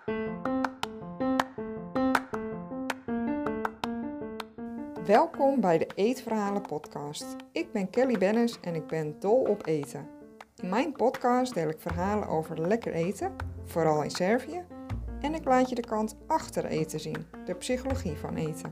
Welkom bij de Eetverhalen podcast. Ik ben Kelly Bennis en ik ben dol op eten. In mijn podcast deel ik verhalen over lekker eten, vooral in Servië. En ik laat je de kant achter eten zien, de psychologie van eten.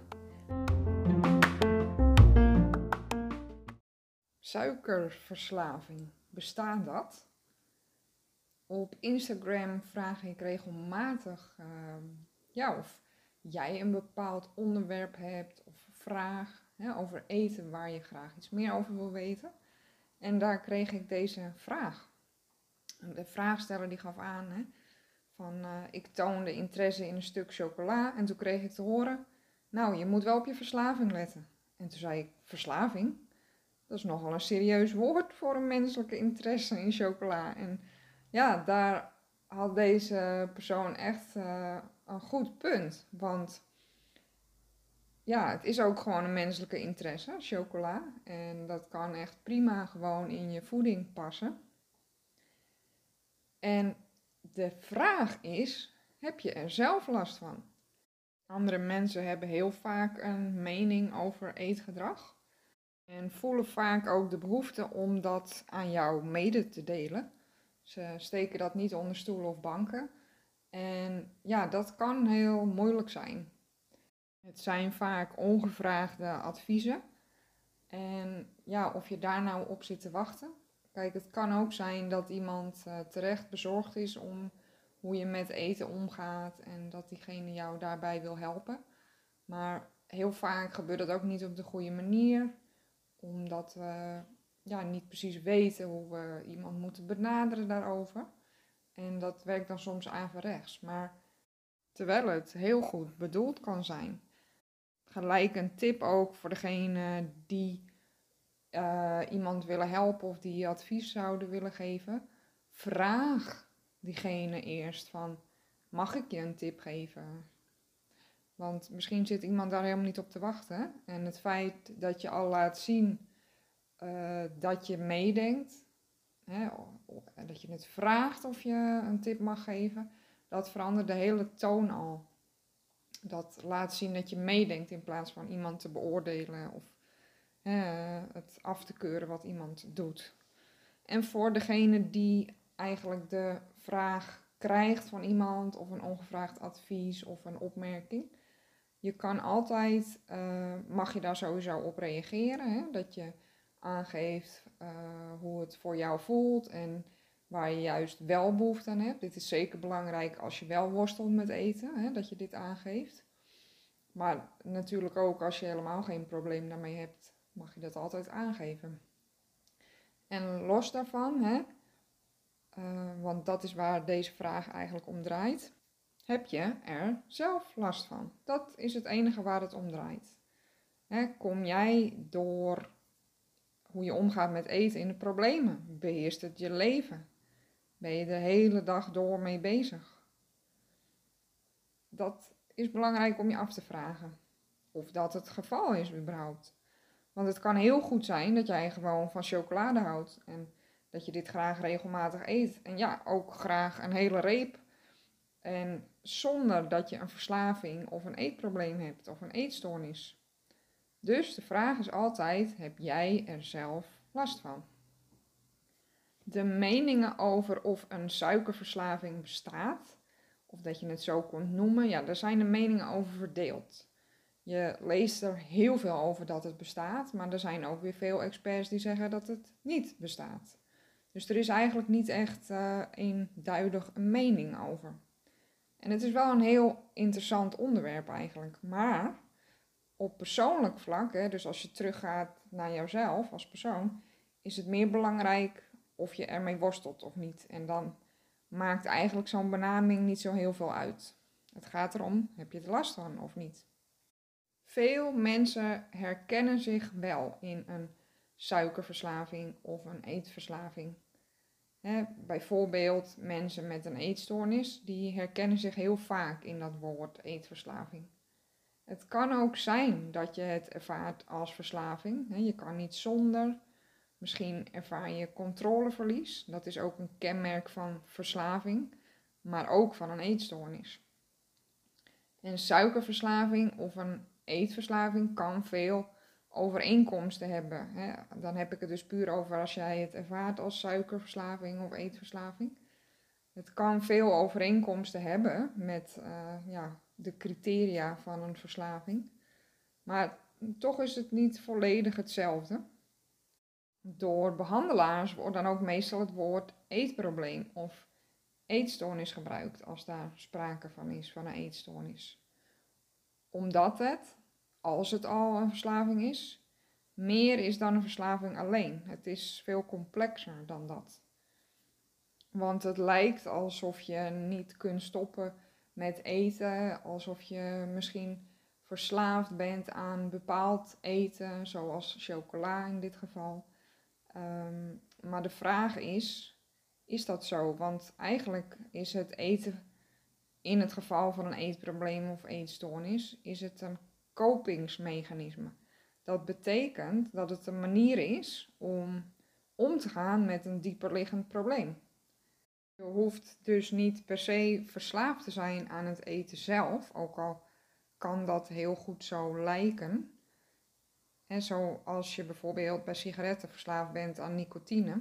Suikerverslaving, bestaat dat? Op Instagram vraag ik regelmatig of jij een bepaald onderwerp hebt of vraag over eten waar je graag iets meer over wil weten. En daar kreeg ik deze vraag. De vraagsteller die gaf aan ik toonde interesse in een stuk chocola en toen kreeg ik te horen, nou je moet wel op je verslaving letten. En toen zei ik, verslaving? Dat is nogal een serieus woord voor een menselijke interesse in chocola. En ja, daar had deze persoon echt een goed punt. Want ja, het is ook gewoon een menselijke interesse, chocola. En dat kan echt prima gewoon in je voeding passen. En de vraag is, heb je er zelf last van? Andere mensen hebben heel vaak een mening over eetgedrag. En voelen vaak ook de behoefte om dat aan jou mede te delen. Ze steken dat niet onder stoelen of banken. En ja, dat kan heel moeilijk zijn. Het zijn vaak ongevraagde adviezen. En ja, of je daar nou op zit te wachten. Kijk, het kan ook zijn dat iemand terecht bezorgd is om hoe je met eten omgaat. En dat diegene jou daarbij wil helpen. Maar heel vaak gebeurt dat ook niet op de goede manier. Omdat we niet precies weten hoe we iemand moeten benaderen daarover. En dat werkt dan soms averechts. Maar terwijl het heel goed bedoeld kan zijn. Gelijk een tip ook voor degene die iemand willen helpen of die advies zouden willen geven. Vraag diegene eerst van, mag ik je een tip geven? Want misschien zit iemand daar helemaal niet op te wachten. En het feit dat je al laat zien dat je meedenkt, dat je het vraagt of je een tip mag geven, dat verandert de hele toon al. Dat laat zien dat je meedenkt in plaats van iemand te beoordelen of het af te keuren wat iemand doet. En voor degene die eigenlijk de vraag krijgt van iemand of een ongevraagd advies of een opmerking, je kan altijd, mag je daar sowieso op reageren, dat je aangeeft hoe het voor jou voelt en waar je juist wel behoefte aan hebt. Dit is zeker belangrijk als je wel worstelt met eten, dat je dit aangeeft. Maar natuurlijk ook als je helemaal geen probleem daarmee hebt, mag je dat altijd aangeven. En los daarvan, want dat is waar deze vraag eigenlijk om draait, heb je er zelf last van? Dat is het enige waar het om draait. Kom jij door hoe je omgaat met eten in de problemen? Beheerst het je leven? Ben je de hele dag door mee bezig? Dat is belangrijk om je af te vragen. Of dat het geval is überhaupt. Want het kan heel goed zijn dat jij gewoon van chocolade houdt. En dat je dit graag regelmatig eet. En ja, ook graag een hele reep. En zonder dat je een verslaving of een eetprobleem hebt of een eetstoornis. Dus de vraag is altijd, heb jij er zelf last van? De meningen over of een suikerverslaving bestaat, of dat je het zo kunt noemen, ja, daar zijn de meningen over verdeeld. Je leest er heel veel over dat het bestaat, maar er zijn ook weer veel experts die zeggen dat het niet bestaat. Dus er is eigenlijk niet echt eenduidig een mening over. En het is wel een heel interessant onderwerp eigenlijk, maar op persoonlijk vlak, dus als je teruggaat naar jouzelf als persoon, is het meer belangrijk of je ermee worstelt of niet. En dan maakt eigenlijk zo'n benaming niet zo heel veel uit. Het gaat erom, heb je er last van of niet? Veel mensen herkennen zich wel in een suikerverslaving of een eetverslaving. Bijvoorbeeld mensen met een eetstoornis, die herkennen zich heel vaak in dat woord eetverslaving. Het kan ook zijn dat je het ervaart als verslaving. Je kan niet zonder. Misschien ervaar je controleverlies. Dat is ook een kenmerk van verslaving. maar ook van een eetstoornis. En suikerverslaving of een eetverslaving kan veel overeenkomsten hebben. Dan heb ik het dus puur over als jij het ervaart als suikerverslaving of eetverslaving. Het kan veel overeenkomsten hebben met de criteria van een verslaving. Maar toch is het niet volledig hetzelfde. Door behandelaars wordt dan ook meestal het woord eetprobleem of eetstoornis gebruikt als daar sprake van is, van een eetstoornis. Omdat het, als het al een verslaving is, meer is dan een verslaving alleen. Het is veel complexer dan dat. Want het lijkt alsof je niet kunt stoppen met eten, alsof je misschien verslaafd bent aan bepaald eten, zoals chocola in dit geval. Maar de vraag is dat zo? Want eigenlijk is het eten, in het geval van een eetprobleem of eetstoornis, is het een kopingsmechanisme. Dat betekent dat het een manier is om te gaan met een dieperliggend probleem. Je hoeft dus niet per se verslaafd te zijn aan het eten zelf, ook al kan dat heel goed zo lijken. En zoals je bijvoorbeeld bij sigaretten verslaafd bent aan nicotine.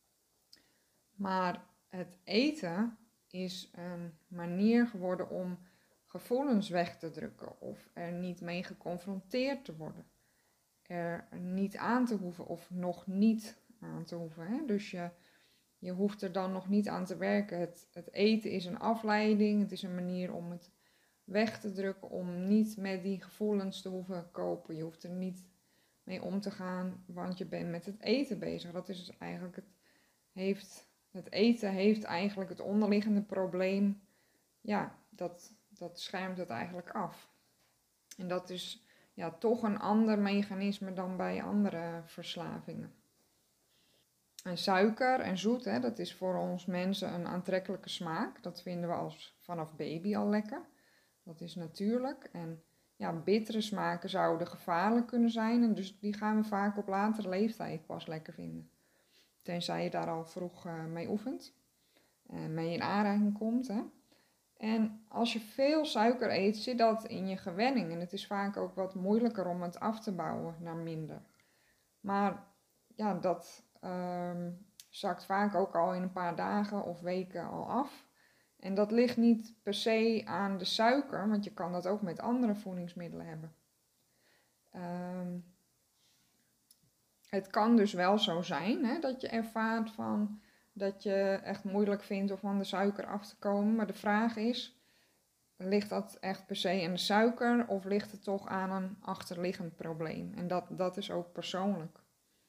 Maar het eten is een manier geworden om gevoelens weg te drukken of er niet mee geconfronteerd te worden. Er niet aan te hoeven of nog niet aan te hoeven. Hè? Dus je hoeft er dan nog niet aan te werken. Het eten is een afleiding, het is een manier om het weg te drukken, om niet met die gevoelens te hoeven kopen. Je hoeft er niet mee om te gaan, want je bent met het eten bezig. Dat is dus eigenlijk het eten heeft eigenlijk het onderliggende probleem, dat schermt het eigenlijk af. En dat is toch een ander mechanisme dan bij andere verslavingen. En suiker en zoet, dat is voor ons mensen een aantrekkelijke smaak. Dat vinden we vanaf baby al lekker. Dat is natuurlijk. En bittere smaken zouden gevaarlijk kunnen zijn. En dus die gaan we vaak op latere leeftijd pas lekker vinden. Tenzij je daar al vroeg mee oefent. En mee in aanraking komt. Hè. En als je veel suiker eet, zit dat in je gewenning. En het is vaak ook wat moeilijker om het af te bouwen naar minder. Maar dat zakt vaak ook al in een paar dagen of weken al af. En dat ligt niet per se aan de suiker, want je kan dat ook met andere voedingsmiddelen hebben. Het kan dus wel zo zijn dat je ervaart dat je echt moeilijk vindt om van de suiker af te komen. Maar de vraag is, ligt dat echt per se aan de suiker of ligt het toch aan een achterliggend probleem? En dat is ook persoonlijk.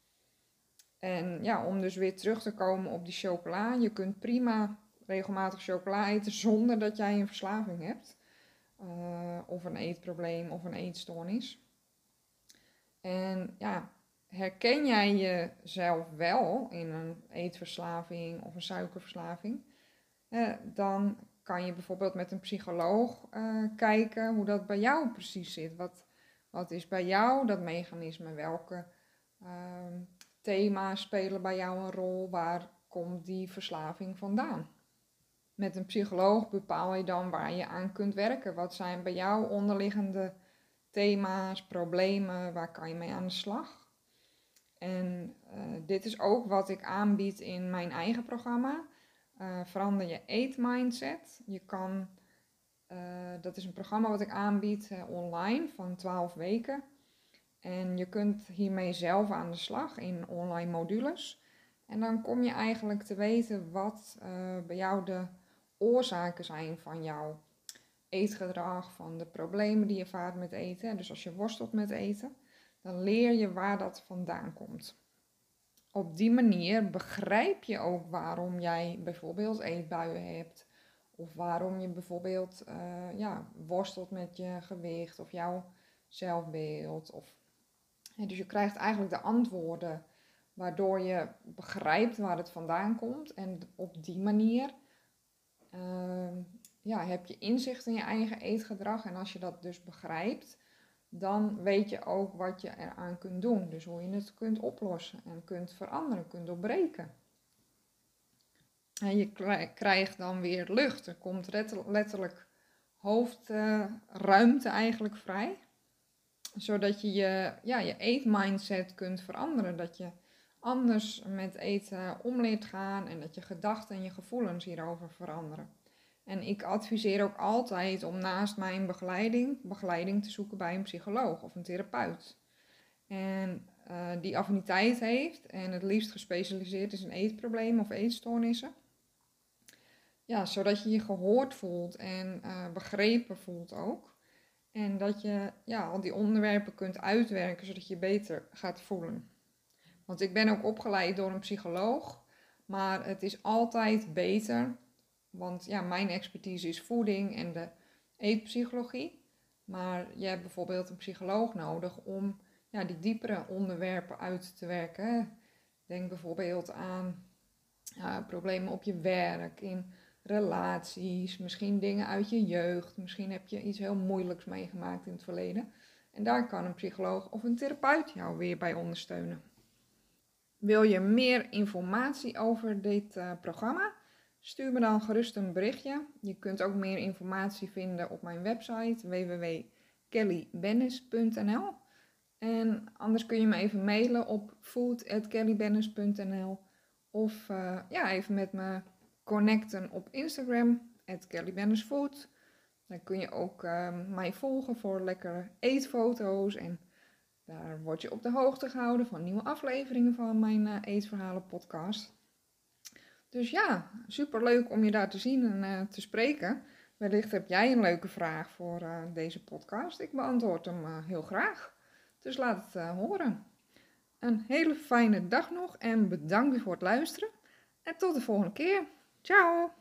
En om dus weer terug te komen op die chocola. Je kunt prima regelmatig chocola eten zonder dat jij een verslaving hebt. Of een eetprobleem of een eetstoornis. En herken jij jezelf wel in een eetverslaving of een suikerverslaving? Dan kan je bijvoorbeeld met een psycholoog kijken hoe dat bij jou precies zit. Wat is bij jou dat mechanisme? Welke thema's spelen bij jou een rol? Waar komt die verslaving vandaan? Met een psycholoog bepaal je dan waar je aan kunt werken. Wat zijn bij jou onderliggende thema's, problemen, waar kan je mee aan de slag? En dit is ook wat ik aanbied in mijn eigen programma. Verander je eetmindset. Dat is een programma wat ik aanbied online van 12 weken. En je kunt hiermee zelf aan de slag in online modules. En dan kom je eigenlijk te weten wat bij jou de oorzaken zijn van jouw eetgedrag, van de problemen die je ervaart met eten. Dus als je worstelt met eten, dan leer je waar dat vandaan komt. Op die manier begrijp je ook waarom jij bijvoorbeeld eetbuien hebt. Of waarom je bijvoorbeeld worstelt met je gewicht of jouw zelfbeeld. Dus je krijgt eigenlijk de antwoorden waardoor je begrijpt waar het vandaan komt. En op die manier heb je inzicht in je eigen eetgedrag. En als je dat dus begrijpt, dan weet je ook wat je eraan kunt doen. Dus hoe je het kunt oplossen en kunt veranderen, kunt doorbreken. En je krijgt dan weer lucht. Er komt letterlijk hoofdruimte eigenlijk vrij. Zodat je je eetmindset kunt veranderen. Dat je anders met eten om leert gaan en dat je gedachten en je gevoelens hierover veranderen. En ik adviseer ook altijd om naast mijn begeleiding te zoeken bij een psycholoog of een therapeut. En die affiniteit heeft en het liefst gespecialiseerd is in eetproblemen of eetstoornissen. Ja, zodat je je gehoord voelt en begrepen voelt ook. En dat je al die onderwerpen kunt uitwerken zodat je je beter gaat voelen. Want ik ben ook opgeleid door een psycholoog, maar het is altijd beter. Want mijn expertise is voeding en de eetpsychologie. Maar je hebt bijvoorbeeld een psycholoog nodig om die diepere onderwerpen uit te werken. Denk bijvoorbeeld aan problemen op je werk, in relaties, misschien dingen uit je jeugd. Misschien heb je iets heel moeilijks meegemaakt in het verleden. En daar kan een psycholoog of een therapeut jou weer bij ondersteunen. Wil je meer informatie over dit programma? Stuur me dan gerust een berichtje. Je kunt ook meer informatie vinden op mijn website www.kellybennis.nl. En anders kun je me even mailen op food@kellybennis.nl of even met me connecten op Instagram @kellybennisfood. Dan kun je ook mij volgen voor lekkere eetfoto's en daar word je op de hoogte gehouden van nieuwe afleveringen van mijn Eetverhalen podcast. Dus super leuk om je daar te zien en te spreken. Wellicht heb jij een leuke vraag voor deze podcast. Ik beantwoord hem heel graag. Dus laat het horen. Een hele fijne dag nog en bedankt voor het luisteren. En tot de volgende keer. Ciao!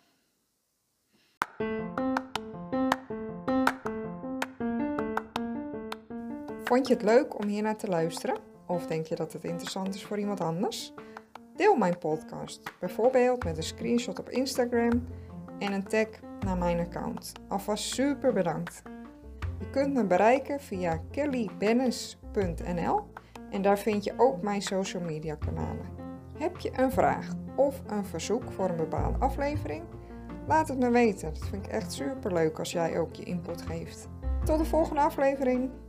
Vond je het leuk om hier naar te luisteren? Of denk je dat het interessant is voor iemand anders? Deel mijn podcast, bijvoorbeeld met een screenshot op Instagram en een tag naar mijn account. Alvast super bedankt. Je kunt me bereiken via kellybennis.nl en daar vind je ook mijn social media kanalen. Heb je een vraag of een verzoek voor een bepaalde aflevering? Laat het me weten. Dat vind ik echt super leuk als jij ook je input geeft. Tot de volgende aflevering.